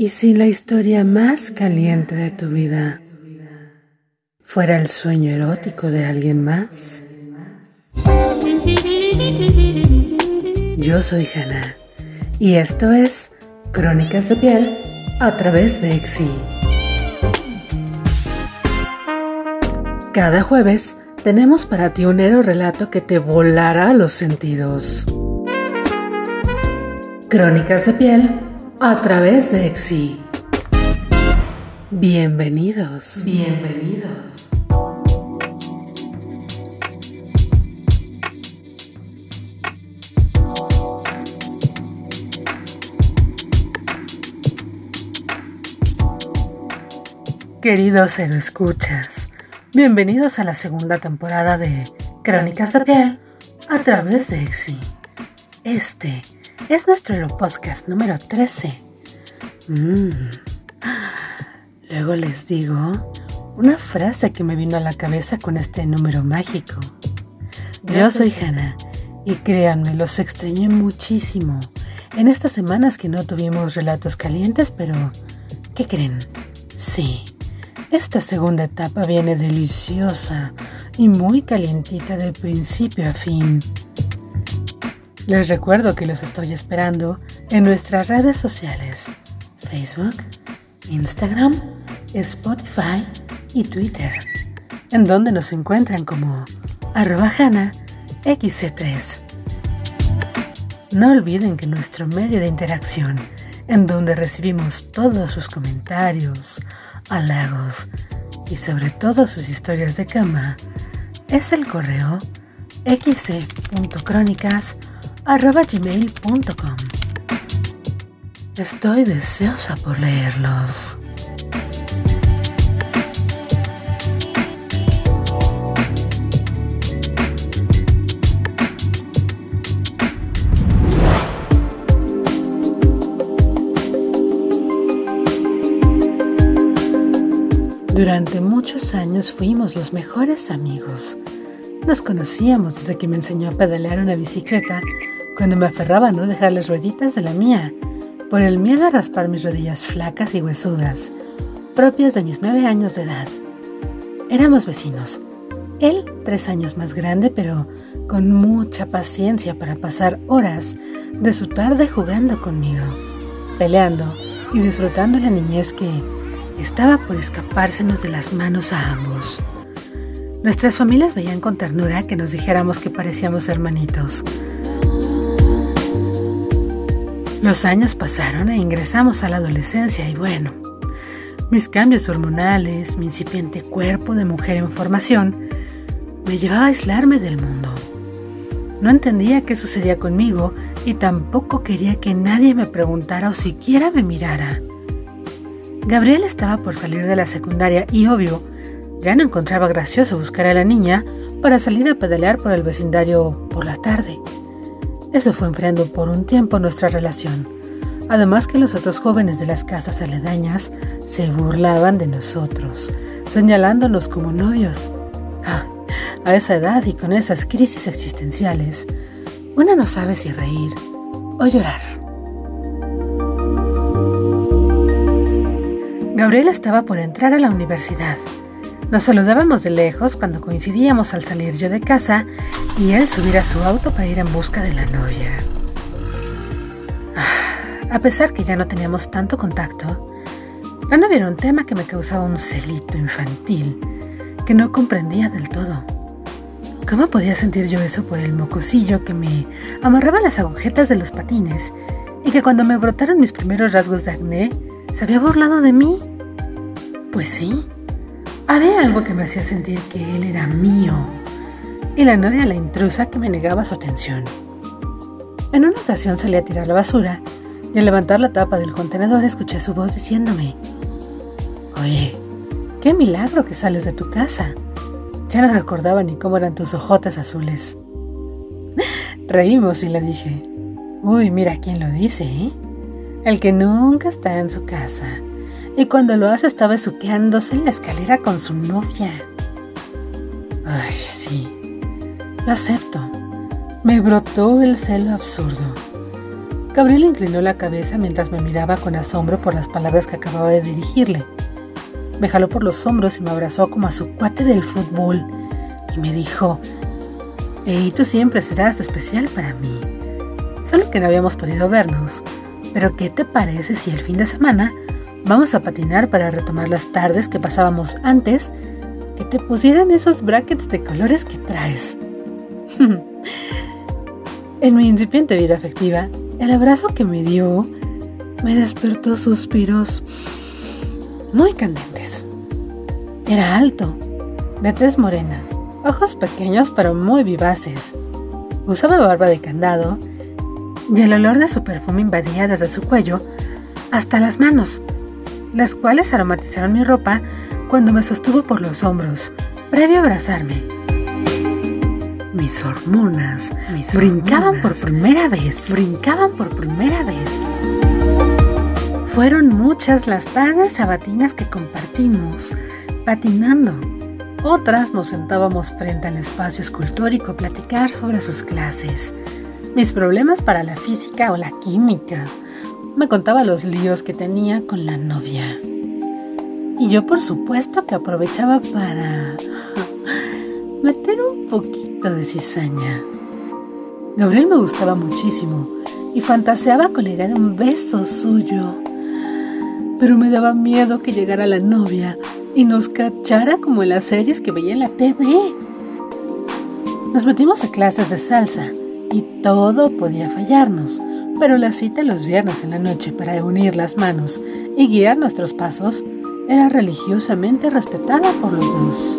¿Y si la historia más caliente de tu vida fuera el sueño erótico de alguien más? Yo soy Hannah y esto es Crónicas de Piel a través de Exi. Cada jueves tenemos para ti un relato que te volará los sentidos. Crónicas de Piel a través de Exi. Bienvenidos. Queridos escuchas, bienvenidos a la segunda temporada de Crónicas de Piel a través de Exi. Este es nuestro podcast número 13. Luego les digo una frase que me vino a la cabeza con este número mágico. Yo soy Hannah y créanme, los extrañé muchísimo en estas semanas que no tuvimos relatos calientes, pero ¿qué creen? Sí, esta segunda etapa viene deliciosa y muy calientita de principio a fin. Les recuerdo que los estoy esperando en nuestras redes sociales: Facebook, Instagram, Spotify y Twitter, en donde nos encuentran como @HannahXC3. No olviden que nuestro medio de interacción, en donde recibimos todos sus comentarios, halagos y sobre todo sus historias de cama, es el correo xc.cronicas@gmail.com. Estoy deseosa por leerlos. Durante muchos años fuimos los mejores amigos. Nos conocíamos desde que me enseñó a pedalear una bicicleta cuando me aferraba a no dejar las rueditas de la mía, por el miedo a raspar mis rodillas flacas y huesudas, propias de mis 9 años de edad. Éramos vecinos. Él 3 años más grande, pero con mucha paciencia para pasar horas de su tarde jugando conmigo, peleando y disfrutando la niñez que estaba por escapársenos de las manos a ambos. Nuestras familias veían con ternura que nos dijéramos que parecíamos hermanitos. Los años pasaron e ingresamos a la adolescencia y bueno, mis cambios hormonales, mi incipiente cuerpo de mujer en formación, me llevaba a aislarme del mundo. No entendía qué sucedía conmigo y tampoco quería que nadie me preguntara o siquiera me mirara. Gabriel estaba por salir de la secundaria y obvio, ya no encontraba gracioso buscar a la niña para salir a pedalear por el vecindario por la tarde. Eso fue enfriando por un tiempo nuestra relación. Además que los otros jóvenes de las casas aledañas se burlaban de nosotros, señalándonos como novios. A esa edad y con esas crisis existenciales, uno no sabe si reír o llorar. Gabriel estaba por entrar a la universidad. Nos saludábamos de lejos cuando coincidíamos al salir yo de casa y él subir a su auto para ir en busca de la novia. A pesar que ya no teníamos tanto contacto, la novia era un tema que me causaba un celito infantil que no comprendía del todo. ¿Cómo podía sentir yo eso por el mocosillo que me amarraba las agujetas de los patines y que cuando me brotaron mis primeros rasgos de acné se había burlado de mí? Pues sí, había algo que me hacía sentir que él era mío y la novia la intrusa que me negaba su atención. En una ocasión salí a tirar la basura y al levantar la tapa del contenedor escuché su voz diciéndome: «Oye, qué milagro que sales de tu casa. Ya no recordaba ni cómo eran tus ojotes azules». Reímos y le dije: «Uy, mira quién lo dice, ¿eh? El que nunca está en su casa y cuando lo hace está besuqueándose en la escalera con su novia». Ay, sí, lo acepto. Me brotó el celo absurdo. Gabriel inclinó la cabeza mientras me miraba con asombro por las palabras que acababa de dirigirle. Me jaló por los hombros y me abrazó como a su cuate del fútbol y me dijo: «Hey, tú siempre serás especial para mí. Solo que no habíamos podido vernos. Pero ¿qué te parece si el fin de semana vamos a patinar para retomar las tardes que pasábamos antes que te pusieran esos brackets de colores que traes?» En mi incipiente vida afectiva, el abrazo que me dio me despertó suspiros muy candentes. Era alto, de tez morena, ojos pequeños pero muy vivaces. Usaba barba de candado y el olor de su perfume invadía desde su cuello hasta las manos, las cuales aromatizaron mi ropa cuando me sostuvo por los hombros, previo a abrazarme. Mis hormonas brincaban por primera vez. Fueron muchas las tardes sabatinas que compartimos, patinando. Otras nos sentábamos frente al espacio escultórico a platicar sobre sus clases, mis problemas para la física o la química. Me contaba los líos que tenía con la novia. Y yo, por supuesto, que aprovechaba para meter un poquito de cizaña. Gabriel me gustaba muchísimo y fantaseaba con la idea de un beso suyo. Pero me daba miedo que llegara la novia y nos cachara como en las series que veía en la TV. Nos metimos a clases de salsa y todo podía fallarnos, pero la cita los viernes en la noche para unir las manos y guiar nuestros pasos era religiosamente respetada por los dos.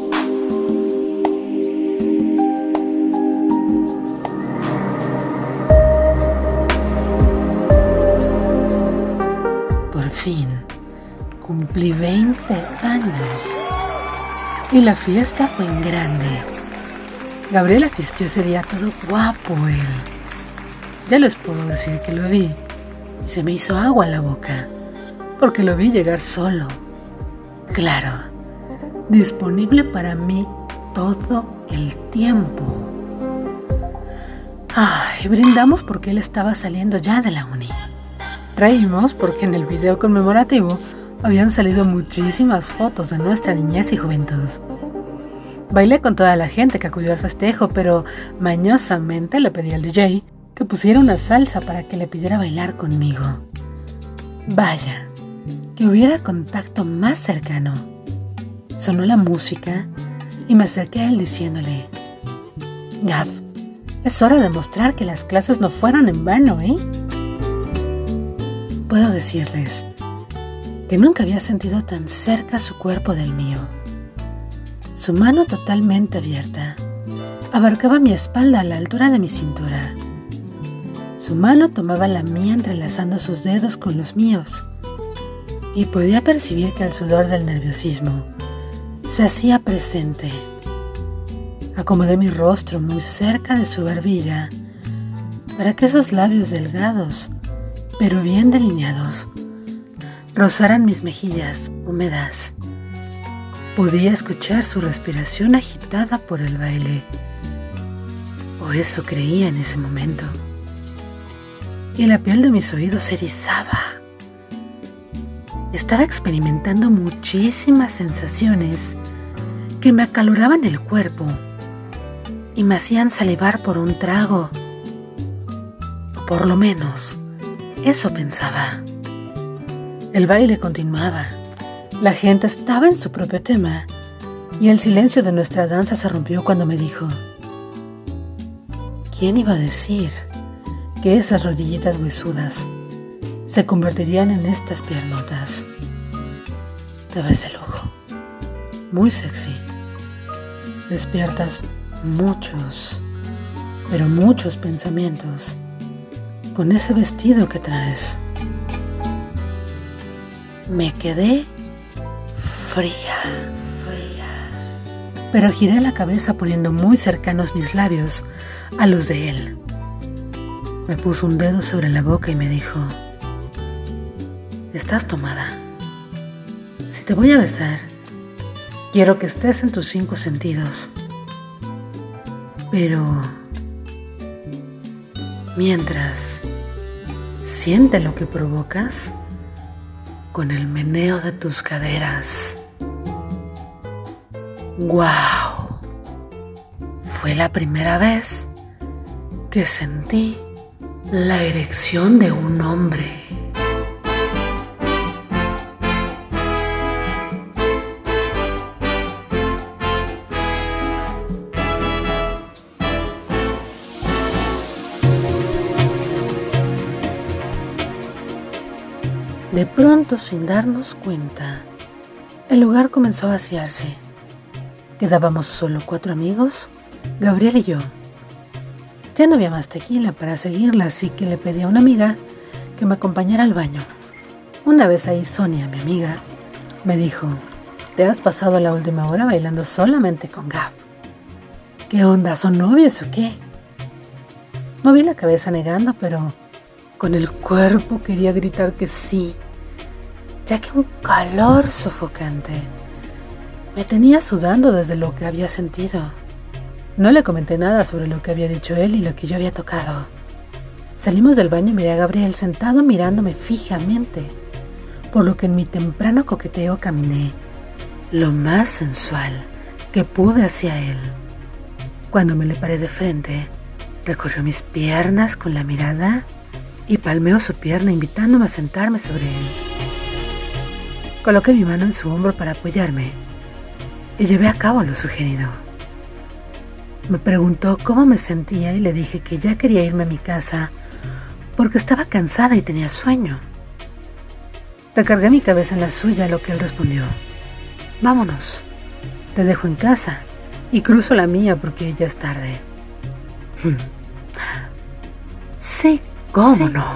Por fin, cumplí 20 años y la fiesta fue en grande. Gabriel asistió ese día todo guapo él. Ya les puedo decir que lo vi y se me hizo agua en la boca, porque lo vi llegar solo. Claro, disponible para mí todo el tiempo. Ay, brindamos porque él estaba saliendo ya de la uni. Reímos porque en el video conmemorativo habían salido muchísimas fotos de nuestra niñez y juventud. Bailé con toda la gente que acudió al festejo, pero mañosamente le pedí al DJ que pusiera una salsa para que le pidiera bailar conmigo. Vaya, que hubiera contacto más cercano. Sonó la música y me acerqué a él diciéndole: «Gab, es hora de mostrar que las clases no fueron en vano, ¿eh?» Puedo decirles que nunca había sentido tan cerca su cuerpo del mío. Su mano totalmente abierta abarcaba mi espalda a la altura de mi cintura. Su mano tomaba la mía entrelazando sus dedos con los míos y podía percibir que el sudor del nerviosismo se hacía presente. Acomodé mi rostro muy cerca de su barbilla para que esos labios delgados, pero bien delineados, rozaran mis mejillas húmedas. Podía escuchar su respiración agitada por el baile, o eso creía en ese momento, y la piel de mis oídos se erizaba. Estaba experimentando muchísimas sensaciones que me acaloraban el cuerpo y me hacían salivar por un trago. O por lo menos, eso pensaba. El baile continuaba. La gente estaba en su propio tema y el silencio de nuestra danza se rompió cuando me dijo: ¿quién iba a decir que esas rodillitas huesudas se convertirían en estas piernotas? Te ves de lujo, muy sexy. Despiertas muchos, pero muchos pensamientos con ese vestido que traes. Me quedé fría, pero giré la cabeza poniendo muy cercanos mis labios a los de él. Me puso un dedo sobre la boca y me dijo: estás tomada. Si te voy a besar, quiero que estés en tus 5 sentidos. Pero mientras Siente lo que provocas con el meneo de tus caderas. ¡Guau! Fue la primera vez que sentí la erección de un hombre. De pronto, sin darnos cuenta, el lugar comenzó a vaciarse. Quedábamos solo 4 amigos, Gabriel y yo. Ya no había más tequila para seguirla, así que le pedí a una amiga que me acompañara al baño. Una vez ahí, Sonia, mi amiga, me dijo: ¿te has pasado la última hora bailando solamente con Gab? ¿Qué onda? ¿Son novios o qué? Moví la cabeza negando, pero con el cuerpo quería gritar que sí, ya que un calor sofocante me tenía sudando desde lo que había sentido. No le comenté nada sobre lo que había dicho él y lo que yo había tocado. Salimos del baño y miré a Gabriel sentado mirándome fijamente, por lo que en mi temprano coqueteo caminé lo más sensual que pude hacia él. Cuando me le paré de frente, recorrió mis piernas con la mirada y palmeó su pierna invitándome a sentarme sobre él. Coloqué mi mano en su hombro para apoyarme y llevé a cabo lo sugerido. Me preguntó cómo me sentía y le dije que ya quería irme a mi casa porque estaba cansada y tenía sueño. Recargué mi cabeza en la suya, a lo que él respondió: vámonos, te dejo en casa y cruzo la mía porque ya es tarde. Sí, ¿cómo no?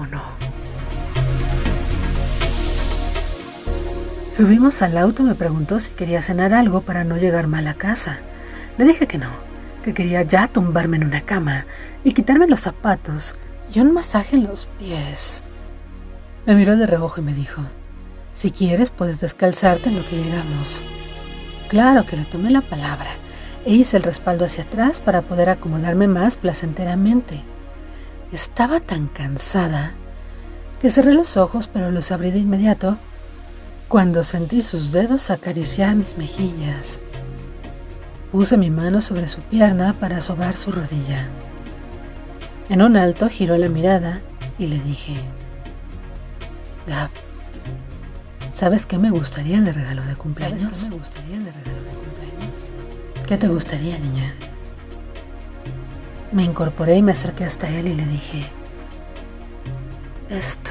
Subimos al auto y me preguntó si quería cenar algo para no llegar mal a casa. Le dije que no, que quería ya tumbarme en una cama y quitarme los zapatos y un masaje en los pies. Me miró de reojo y me dijo: si quieres puedes descalzarte en lo que llegamos. Claro que le tomé la palabra e hice el respaldo hacia atrás para poder acomodarme más placenteramente. Estaba tan cansada que cerré los ojos, pero los abrí de inmediato cuando sentí sus dedos acariciar mis mejillas. Puse mi mano sobre su pierna para sobar su rodilla. En un alto giró la mirada y le dije: Gab, ¿sabes qué me gustaría de regalo de cumpleaños? ¿Qué te gustaría, niña? Me incorporé y me acerqué hasta él y le dije: Esto.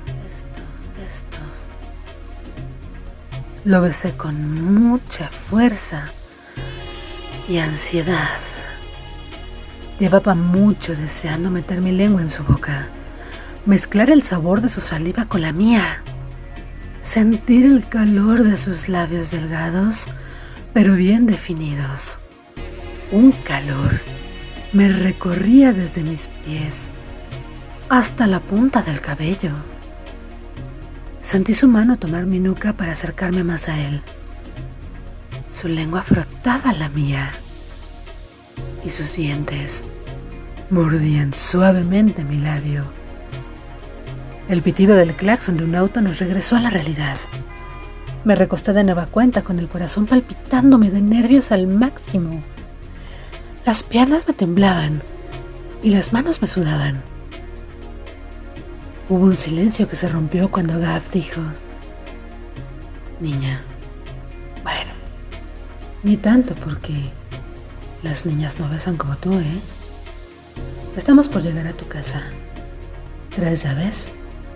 Lo besé con mucha fuerza y ansiedad. Llevaba mucho deseando meter mi lengua en su boca, mezclar el sabor de su saliva con la mía, sentir el calor de sus labios delgados pero bien definidos. Un calor me recorría desde mis pies hasta la punta del cabello. Sentí su mano tomar mi nuca para acercarme más a él. Su lengua frotaba la mía y sus dientes mordían suavemente mi labio. El pitido del claxon de un auto nos regresó a la realidad. Me recosté de nueva cuenta con el corazón palpitándome de nervios al máximo. Las piernas me temblaban y las manos me sudaban. Hubo un silencio que se rompió cuando Gab dijo: niña, bueno, ni tanto porque las niñas no besan como tú, ¿eh? Estamos por llegar a tu casa. ¿Traes llaves?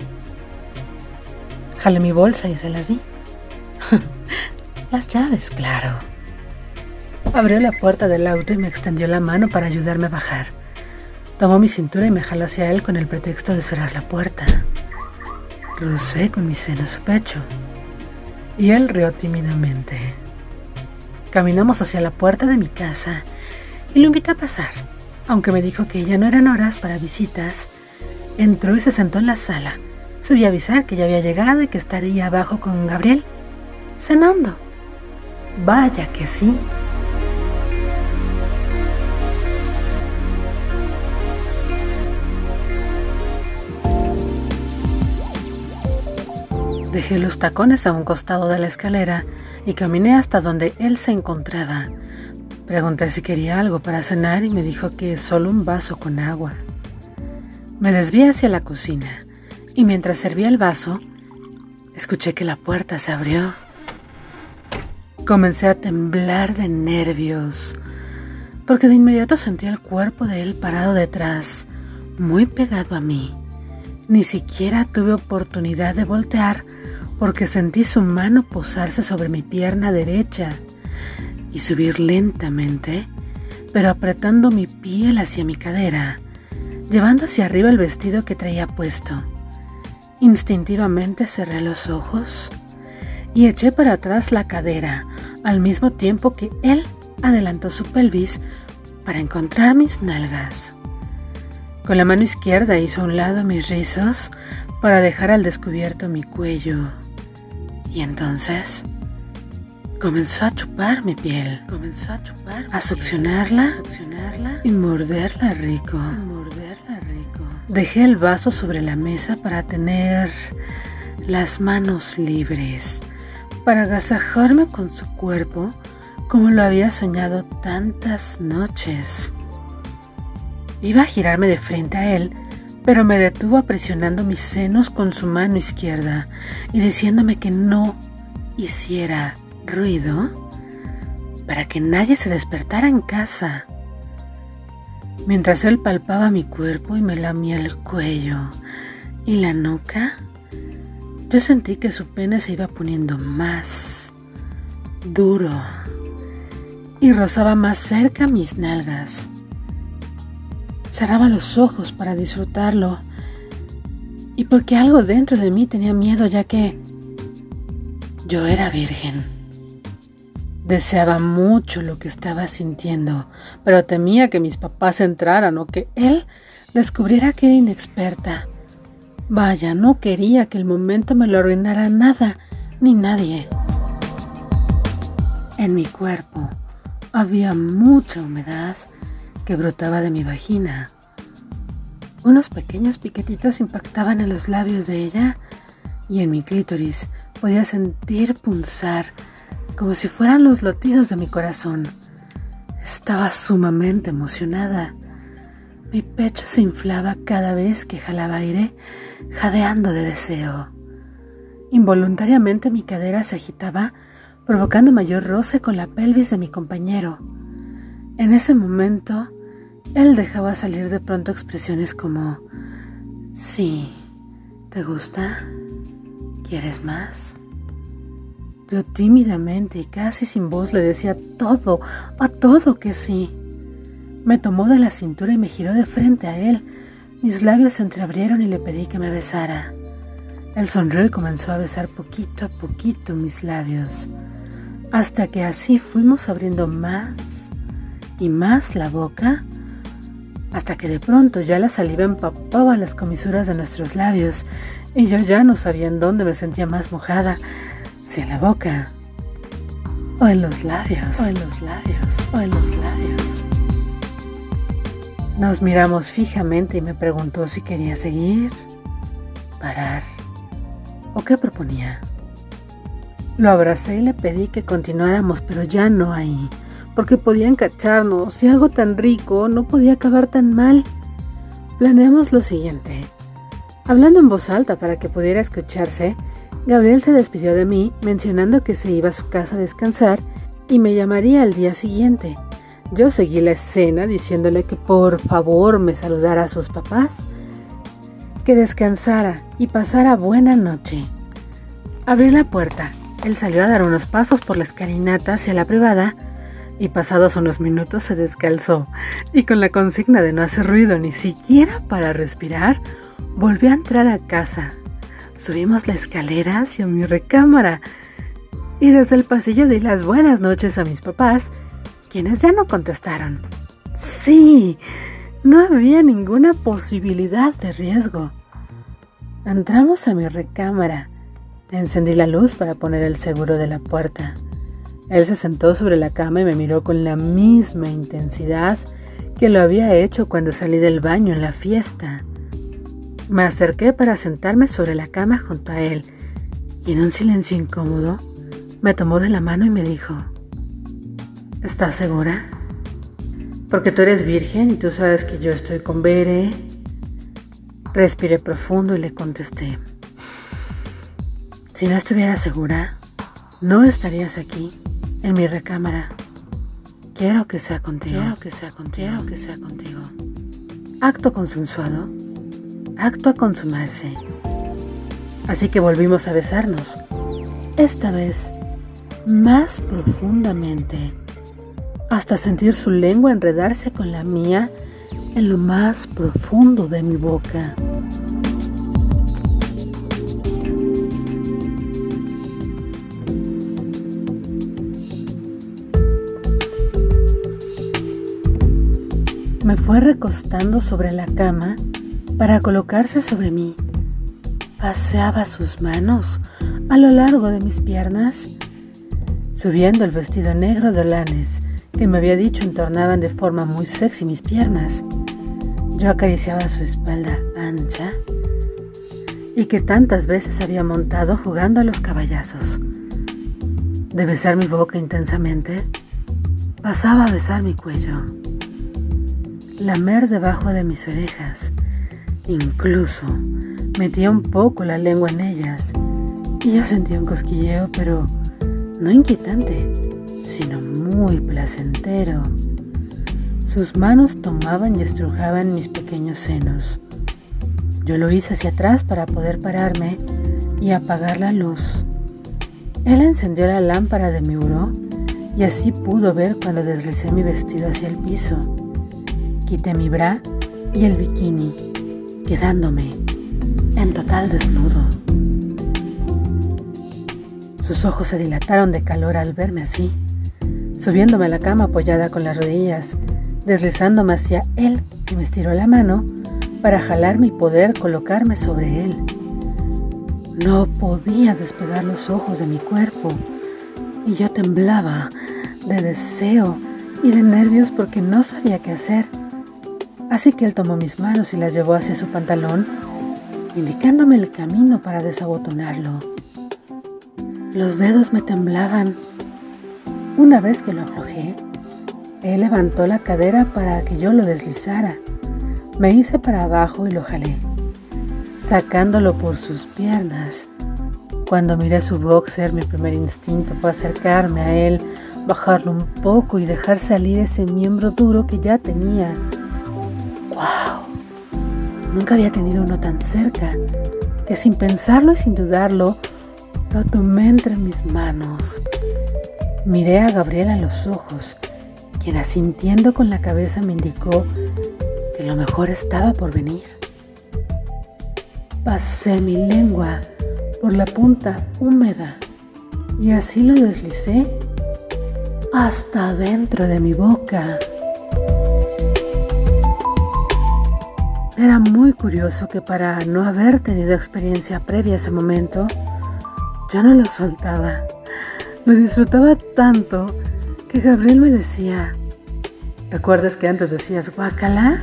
Jalé mi bolsa y se las di. Las llaves, claro. Abrió la puerta del auto y me extendió la mano para ayudarme a bajar. Tomó mi cintura y me jaló hacia él con el pretexto de cerrar la puerta. Crucé con mi seno su pecho y él rió tímidamente. Caminamos hacia la puerta de mi casa y lo invité a pasar. Aunque me dijo que ya no eran horas para visitas, entró y se sentó en la sala. Subí a avisar que ya había llegado y que estaría abajo con Gabriel, cenando. Vaya que sí. Dejé los tacones a un costado de la escalera y caminé hasta donde él se encontraba. Pregunté si quería algo para cenar y me dijo que solo un vaso con agua. Me desvié hacia la cocina y mientras servía el vaso, escuché que la puerta se abrió. Comencé a temblar de nervios, porque de inmediato sentí el cuerpo de él parado detrás, muy pegado a mí. Ni siquiera tuve oportunidad de voltear porque sentí su mano posarse sobre mi pierna derecha y subir lentamente, pero apretando mi piel hacia mi cadera, llevando hacia arriba el vestido que traía puesto. Instintivamente cerré los ojos y eché para atrás la cadera, al mismo tiempo que él adelantó su pelvis para encontrar mis nalgas. Con la mano izquierda hizo a un lado mis rizos para dejar al descubierto mi cuello. Y entonces comenzó a chupar mi piel, a succionarla y morderla rico. Dejé el vaso sobre la mesa para tener las manos libres, para agasajarme con su cuerpo como lo había soñado tantas noches. Iba a girarme de frente a él, pero me detuvo presionando mis senos con su mano izquierda y diciéndome que no hiciera ruido para que nadie se despertara en casa. Mientras él palpaba mi cuerpo y me lamía el cuello y la nuca, yo sentí que su pene se iba poniendo más duro y rozaba más cerca mis nalgas. Cerraba los ojos para disfrutarlo y porque algo dentro de mí tenía miedo, ya que yo era virgen. Deseaba mucho lo que estaba sintiendo, pero temía que mis papás entraran o que él descubriera que era inexperta. Vaya, no quería que el momento me lo arruinara nada ni nadie. En mi cuerpo había mucha humedad que brotaba de mi vagina. Unos pequeños piquetitos impactaban en los labios de ella y en mi clítoris podía sentir punzar como si fueran los latidos de mi corazón. Estaba sumamente emocionada. Mi pecho se inflaba cada vez que jalaba aire, jadeando de deseo. Involuntariamente mi cadera se agitaba, provocando mayor roce con la pelvis de mi compañero. En ese momento, él dejaba salir de pronto expresiones como: sí, ¿te gusta? ¿Quieres más? Yo tímidamente y casi sin voz le decía a todo que sí. Me tomó de la cintura y me giró de frente a él. Mis labios se entreabrieron y le pedí que me besara. Él sonrió y comenzó a besar poquito a poquito mis labios, hasta que así fuimos abriendo más y más la boca, hasta que de pronto ya la saliva empapaba las comisuras de nuestros labios y yo ya no sabía en dónde me sentía más mojada, si en la boca o en los labios. Nos miramos fijamente y me preguntó si quería seguir, parar o qué proponía. Lo abracé y le pedí que continuáramos, pero ya no ahí, porque podían cacharnos y algo tan rico no podía acabar tan mal. Planeamos lo siguiente. Hablando en voz alta para que pudiera escucharse, Gabriel se despidió de mí mencionando que se iba a su casa a descansar y me llamaría al día siguiente. Yo seguí la escena diciéndole que por favor me saludara a sus papás, que descansara y pasara buena noche. Abrí la puerta. Él salió a dar unos pasos por la escalinata hacia la privada y pasados unos minutos se descalzó y con la consigna de no hacer ruido ni siquiera para respirar, volvió a entrar a casa. Subimos la escalera hacia mi recámara y desde el pasillo di las buenas noches a mis papás, quienes ya no contestaron. Sí, no había ninguna posibilidad de riesgo. Entramos a mi recámara. Encendí la luz para poner el seguro de la puerta. Él se sentó sobre la cama y me miró con la misma intensidad que lo había hecho cuando salí del baño en la fiesta. Me acerqué para sentarme sobre la cama junto a él y en un silencio incómodo me tomó de la mano y me dijo: ¿estás segura? Porque tú eres virgen y tú sabes que yo estoy con Bere. Respiré profundo y le contesté: si no estuviera segura, no estarías aquí, en mi recámara. Quiero que sea contigo. Acto consensuado, acto a consumarse. Así que volvimos a besarnos, esta vez más profundamente, hasta sentir su lengua enredarse con la mía en lo más profundo de mi boca. Me fue recostando sobre la cama para colocarse sobre mí. Paseaba sus manos a lo largo de mis piernas, subiendo el vestido negro de holanes que me había dicho entornaban de forma muy sexy mis piernas. Yo acariciaba su espalda ancha y que tantas veces había montado jugando a los caballazos. De besar mi boca intensamente, pasaba a besar mi cuello, lamer debajo de mis orejas, incluso metía un poco la lengua en ellas y yo sentía un cosquilleo, pero no inquietante, sino muy placentero. Sus manos tomaban y estrujaban mis pequeños senos. Yo lo hice hacia atrás para poder pararme y apagar la luz. Él encendió la lámpara de mi buró y así pudo ver cuando deslicé mi vestido hacia el piso. Quité mi bra y el bikini, quedándome en total desnudo. Sus ojos se dilataron de calor al verme así, subiéndome a la cama apoyada con las rodillas, deslizándome hacia él y me estiró la mano para jalarme y poder colocarme sobre él. No podía despegar los ojos de mi cuerpo y yo temblaba de deseo y de nervios porque no sabía qué hacer. Así que él tomó mis manos y las llevó hacia su pantalón, indicándome el camino para desabotonarlo. Los dedos me temblaban. Una vez que lo aflojé, él levantó la cadera para que yo lo deslizara. Me hice para abajo y lo jalé, sacándolo por sus piernas. Cuando miré su boxer, mi primer instinto fue acercarme a él, bajarlo un poco y dejar salir ese miembro duro que ya tenía. ¡Wow! Nunca había tenido uno tan cerca, que sin pensarlo y sin dudarlo, lo tomé entre mis manos. Miré a Gabriel a los ojos, quien asintiendo con la cabeza me indicó que lo mejor estaba por venir. Pasé mi lengua por la punta húmeda y así lo deslicé hasta dentro de mi boca. Era muy curioso que para no haber tenido experiencia previa a ese momento, yo no lo soltaba. Lo disfrutaba tanto que Gabriel me decía: ¿recuerdas que antes decías guácala?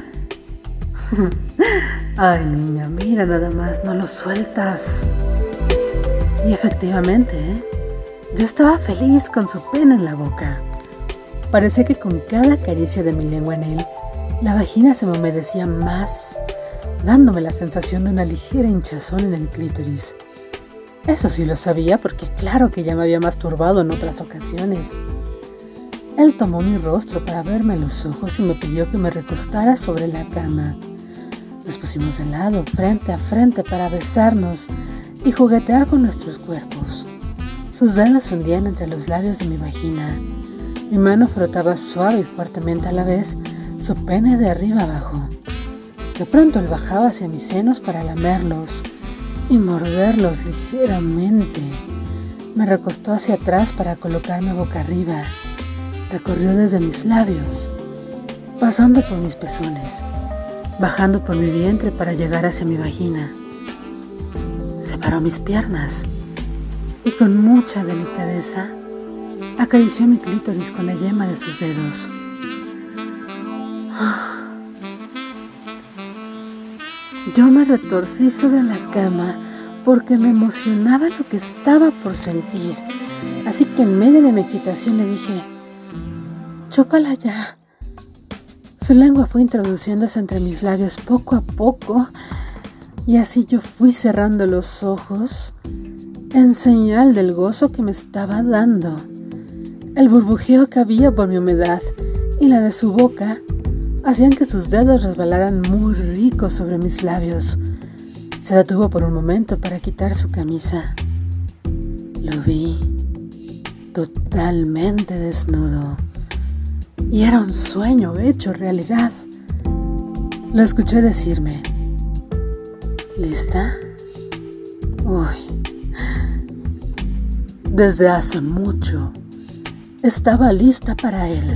Ay, niña, mira nada más, no lo sueltas. Y efectivamente, yo estaba feliz con su pene en la boca. Parecía que con cada caricia de mi lengua en él, la vagina se me humedecía más, dándome la sensación de una ligera hinchazón en el clítoris. Eso sí lo sabía porque claro que ya me había masturbado en otras ocasiones. Él tomó mi rostro para verme a los ojos y me pidió que me recostara sobre la cama. Nos pusimos de lado, frente a frente, para besarnos y juguetear con nuestros cuerpos. Sus dedos hundían entre los labios de mi vagina. Mi mano frotaba suave y fuertemente a la vez su pene de arriba abajo. De pronto él bajaba hacia mis senos para lamerlos y morderlos ligeramente. Me recostó hacia atrás para colocarme boca arriba. Recorrió desde mis labios, pasando por mis pezones, bajando por mi vientre para llegar hacia mi vagina. Separó mis piernas y con mucha delicadeza acarició mi clítoris con la yema de sus dedos. Yo me retorcí sobre la cama porque me emocionaba lo que estaba por sentir. Así que en medio de mi excitación le dije: chúpala ya. Su lengua fue introduciéndose entre mis labios poco a poco, y así yo fui cerrando los ojos en señal del gozo que me estaba dando. El burbujeo que había por mi humedad y la de su boca hacían que sus dedos resbalaran muy ricos sobre mis labios. Se detuvo por un momento para quitar su camisa. Lo vi totalmente desnudo y era un sueño hecho realidad. Lo escuché decirme: ¿lista? Uy, desde hace mucho estaba lista para él.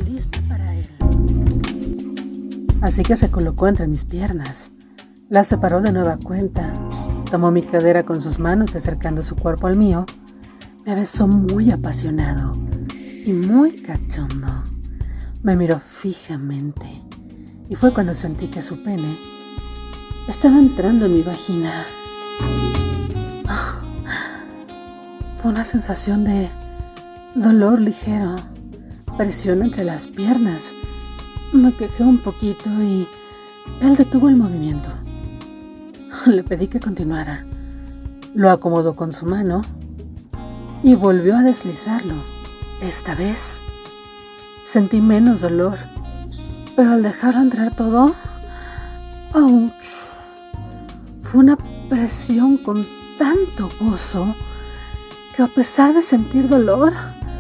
Así que se colocó entre mis piernas, la separó de nueva cuenta, tomó mi cadera con sus manos y acercando su cuerpo al mío, me besó muy apasionado y muy cachondo. Me miró fijamente y fue cuando sentí que su pene estaba entrando en mi vagina. Fue una sensación de dolor ligero, presión entre las piernas. Me quejé un poquito y él detuvo el movimiento. Le pedí que continuara. Lo acomodó con su mano y volvió a deslizarlo. Esta vez sentí menos dolor, pero al dejarlo entrar todo, ¡ouch! Fue una presión con tanto gozo que a pesar de sentir dolor,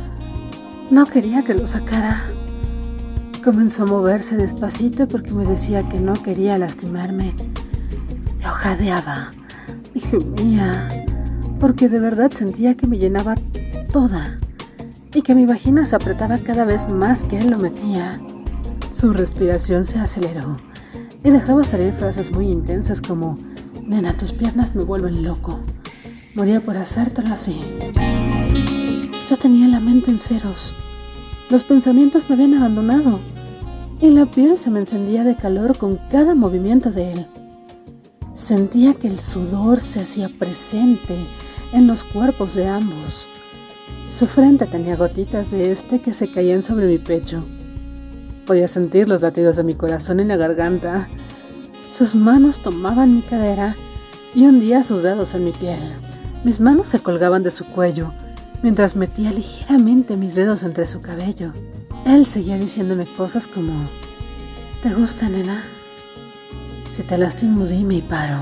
no quería que lo sacara. Comenzó a moverse despacito porque me decía que no quería lastimarme. Yo jadeaba y gemía porque de verdad sentía que me llenaba toda y que mi vagina se apretaba cada vez más que él lo metía. Su respiración se aceleró y dejaba salir frases muy intensas como: nena, tus piernas me vuelven loco. Moría por hacértelo así. Yo tenía la mente en ceros. Los pensamientos me habían abandonado y la piel se me encendía de calor con cada movimiento de él. Sentía que el sudor se hacía presente en los cuerpos de ambos. Su frente tenía gotitas de que se caían sobre mi pecho. Podía sentir los latidos de mi corazón en la garganta. Sus manos tomaban mi cadera y hundía sus dedos en mi piel. Mis manos se colgaban de su cuello mientras metía ligeramente mis dedos entre su cabello. Él seguía diciéndome cosas como: ¿te gusta, nena? Si te lastimo, dime y paro.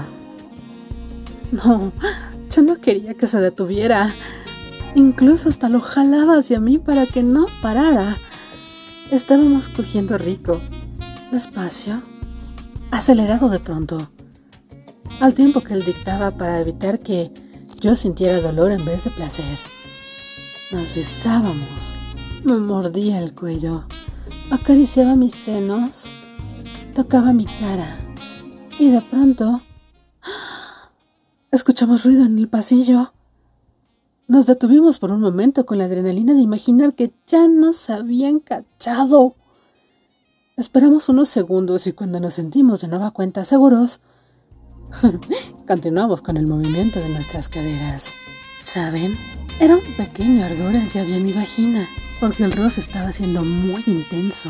No, yo no quería que se detuviera. Incluso hasta lo jalaba hacia mí para que no parara. Estábamos cogiendo rico, despacio, acelerado de pronto, al tiempo que él dictaba para evitar que yo sintiera dolor en vez de placer. Nos besábamos, me mordía el cuello, acariciaba mis senos, tocaba mi cara y de pronto escuchamos ruido en el pasillo. Nos detuvimos por un momento con la adrenalina de imaginar que ya nos habían cachado. Esperamos unos segundos y cuando nos sentimos de nueva cuenta seguros, continuamos con el movimiento de nuestras caderas. ¿Saben? Era un pequeño ardor el que había en mi vagina, porque el roce estaba siendo muy intenso.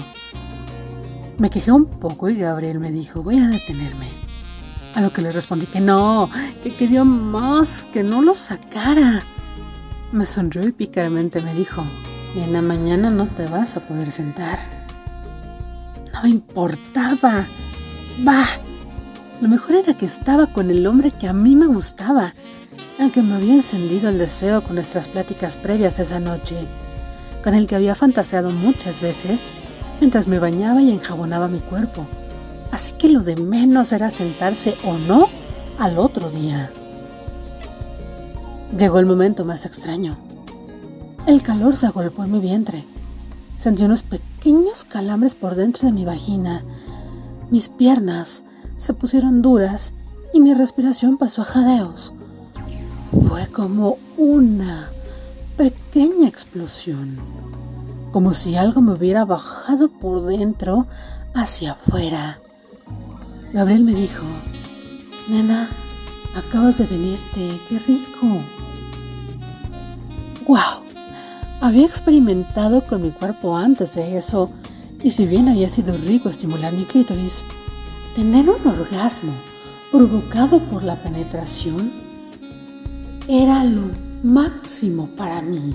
Me quejé un poco y Gabriel me dijo: voy a detenerme. A lo que le respondí que no, que quería más, que no lo sacara. Me sonrió y pícaramente me dijo: nena, mañana no te vas a poder sentar. No me importaba. Bah, lo mejor era que estaba con el hombre que a mí me gustaba, el que me había encendido el deseo con nuestras pláticas previas esa noche, con el que había fantaseado muchas veces mientras me bañaba y enjabonaba mi cuerpo. Así que lo de menos era sentarse o no al otro día. Llegó el momento más extraño. El calor se agolpó en mi vientre. Sentí unos pequeños calambres por dentro de mi vagina. Mis piernas se pusieron duras y mi respiración pasó a jadeos. Fue como una pequeña explosión, como si algo me hubiera bajado por dentro hacia afuera. Gabriel me dijo: nena, acabas de venirte, qué rico. ¡Guau! Había experimentado con mi cuerpo antes de eso, y si bien había sido rico estimular mi clítoris, tener un orgasmo provocado por la penetración era lo máximo para mí.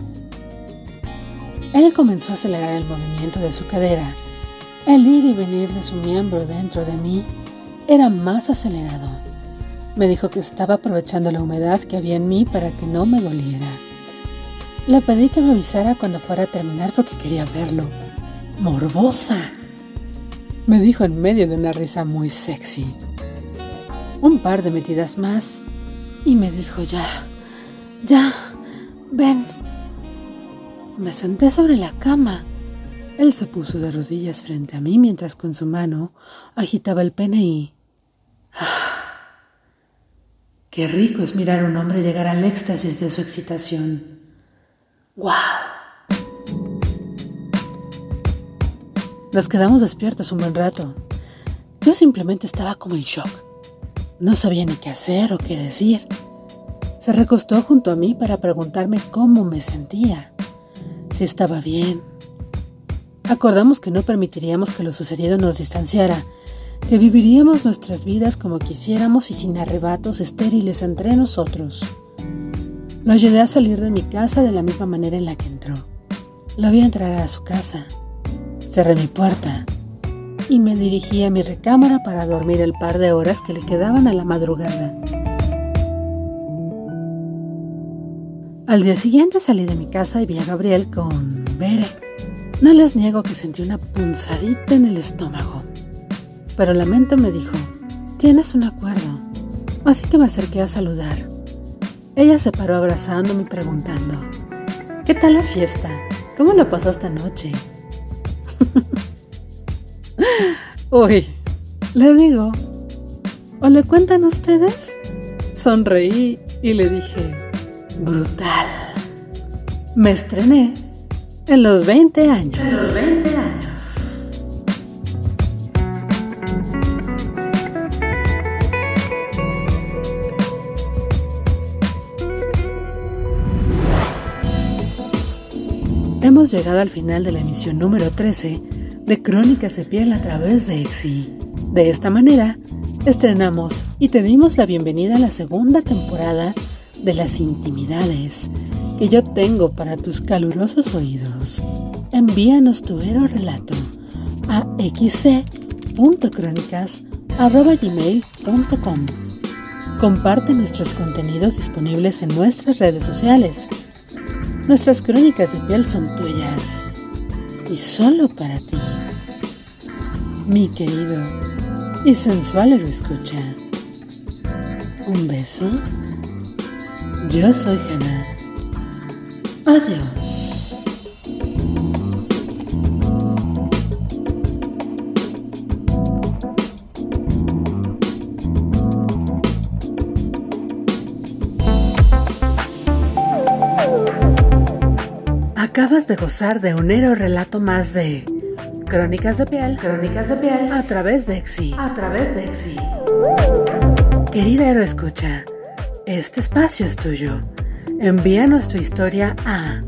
Él comenzó a acelerar el movimiento de su cadera. El ir y venir de su miembro dentro de mí era más acelerado. Me dijo que estaba aprovechando la humedad que había en mí para que no me doliera. Le pedí que me avisara cuando fuera a terminar porque quería verlo. ¡Morbosa!, me dijo en medio de una risa muy sexy. Un par de metidas más y me dijo ya, ven. Me senté sobre la cama. Él se puso de rodillas frente a mí mientras con su mano agitaba el pene y... ¡Qué rico es mirar a un hombre llegar al éxtasis de su excitación! ¡Guau! Nos quedamos despiertos un buen rato. Yo simplemente estaba como en shock. No sabía ni qué hacer o qué decir. Se recostó junto a mí para preguntarme cómo me sentía, si estaba bien. Acordamos que no permitiríamos que lo sucedido nos distanciara, que viviríamos nuestras vidas como quisiéramos y sin arrebatos estériles entre nosotros. Lo ayudé a salir de mi casa de la misma manera en la que entró. Lo vi entrar a su casa. Cerré mi puerta y me dirigí a mi recámara para dormir el par de horas que le quedaban a la madrugada. Al día siguiente salí de mi casa y vi a Gabriel con Bere. No les niego que sentí una punzadita en el estómago, pero la mente me dijo, tienes un acuerdo, así que me acerqué a saludar. Ella se paró abrazándome y preguntando, ¿qué tal la fiesta? ¿Cómo la pasaste anoche? Uy, le digo, ¿o le cuentan ustedes? Sonreí y le dije, brutal. Me estrené en los 20 años. Hemos llegado al final de la emisión número 13 de Crónicas de Piel a través de EXI. De esta manera, estrenamos y te dimos la bienvenida a la segunda temporada de las intimidades que yo tengo para tus calurosos oídos. Envíanos tu relato a xc.cronicas@gmail.com. Comparte nuestros contenidos disponibles en nuestras redes sociales. Nuestras crónicas de piel son tuyas y solo para ti, mi querido y sensual escucha. Un beso. Yo soy Hannah. Adiós. Acabas de gozar de un relato más de Crónicas de Piel a través de EXI. Querida héroe escucha, este espacio es tuyo. Envíanos tu historia a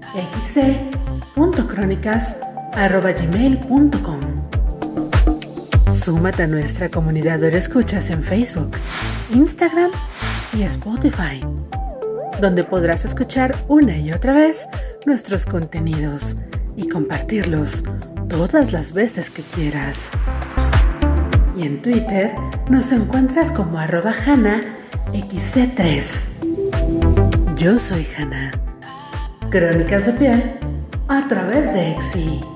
xc.cronicas@gmail.com. Súmate a nuestra comunidad de escuchas en Facebook, Instagram y Spotify, donde podrás escuchar una y otra vez nuestros contenidos y compartirlos todas las veces que quieras. Y en Twitter nos encuentras como @HannahXC3. Yo soy Hannah. Crónicas de Piel a través de EXI.